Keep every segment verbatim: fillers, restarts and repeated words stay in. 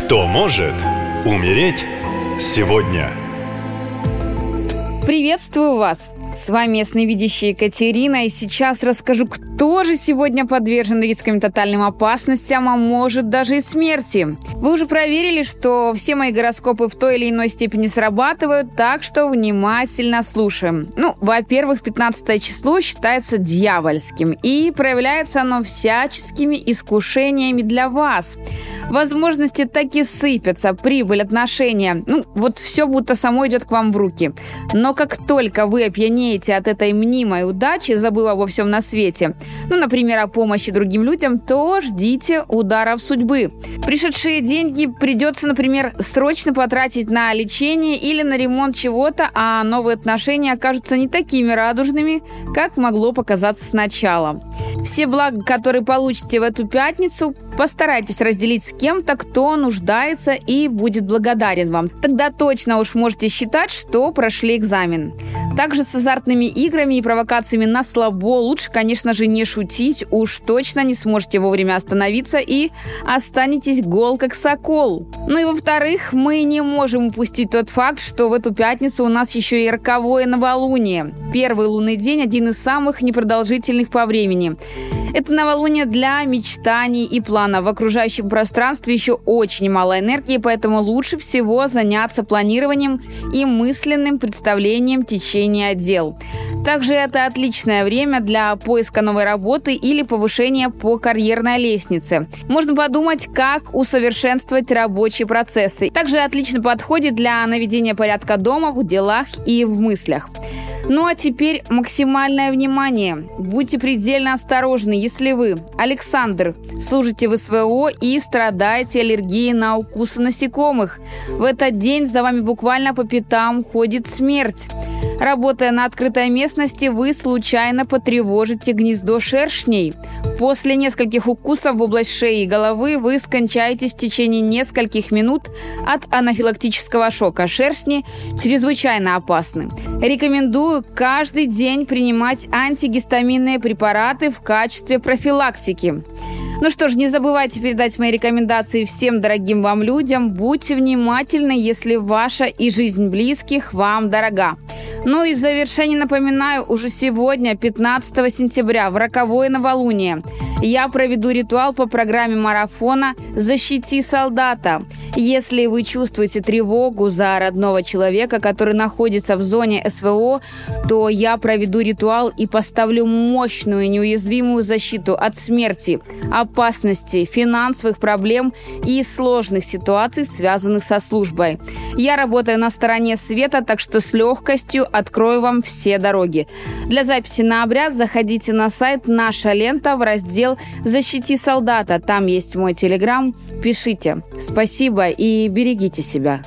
Кто может умереть сегодня? Приветствую вас! С вами ясновидящая Екатерина, и сейчас расскажу, кто же сегодня подвержен рискам и тотальным опасностям, а может даже и смерти. Вы уже проверили, что все мои гороскопы в той или иной степени срабатывают, так что внимательно слушаем. Ну, во-первых, пятнадцатое число считается дьявольским, и проявляется оно всяческими искушениями для вас. Возможности таки сыпятся, прибыль, отношения. Ну, вот все будто само идет к вам в руки. Но как только вы опьянеете от этой мнимой удачи, забыв обо всем на свете, ну, например, о помощи другим людям, то ждите ударов судьбы. Пришедшие деньги придется, например, срочно потратить на лечение или на ремонт чего-то, а новые отношения окажутся не такими радужными, как могло показаться сначала. Все блага, которые получите в эту пятницу, постарайтесь разделить с кем-то, кто нуждается и будет благодарен вам. Тогда точно уж можете считать, что прошли экзамен. Также с азартными играми и провокациями на слабо лучше, конечно же, не шутить. Уж точно не сможете вовремя остановиться и останетесь гол как сокол. Ну и во-вторых, мы не можем упустить тот факт, что в эту пятницу у нас еще и роковое новолуние. Первый лунный день – один из самых непродолжительных по времени. Это новолуние для мечтаний и планов. В окружающем пространстве еще очень мало энергии, поэтому лучше всего заняться планированием и мысленным представлением течения дел. Также это отличное время для поиска новой работы или повышения по карьерной лестнице. Можно подумать, как усовершенствовать рабочие процессы. Также отлично подходит для наведения порядка дома, в делах и в мыслях. Ну а теперь максимальное внимание. Будьте предельно осторожны, если вы, Александр, служите в СВО и страдаете аллергией на укусы насекомых. В этот день за вами буквально по пятам ходит смерть. Работая на открытой местности, вы случайно потревожите гнездо шершней. После нескольких укусов в область шеи и головы вы скончаетесь в течение нескольких минут от анафилактического шока. Шершни чрезвычайно опасны. Рекомендую каждый день принимать антигистаминные препараты в качестве профилактики. Ну что ж, не забывайте передать мои рекомендации всем дорогим вам людям. Будьте внимательны, если ваша и жизнь близких вам дорога. Ну и в завершение напоминаю, уже сегодня, пятнадцатого сентября, в роковое новолуние, я проведу ритуал по программе марафона «Защити солдата». Если вы чувствуете тревогу за родного человека, который находится в зоне СВО, то я проведу ритуал и поставлю мощную неуязвимую защиту от смерти, опасности, финансовых проблем и сложных ситуаций, связанных со службой. Я работаю на стороне света, так что с легкостью открою вам все дороги. Для записи на обряд заходите на сайт «Наша лента» в раздел «Защити солдата». Там есть мой телеграм. Пишите. Спасибо и берегите себя.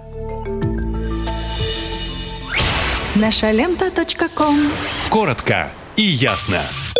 наша лента точка ком. Коротко и ясно.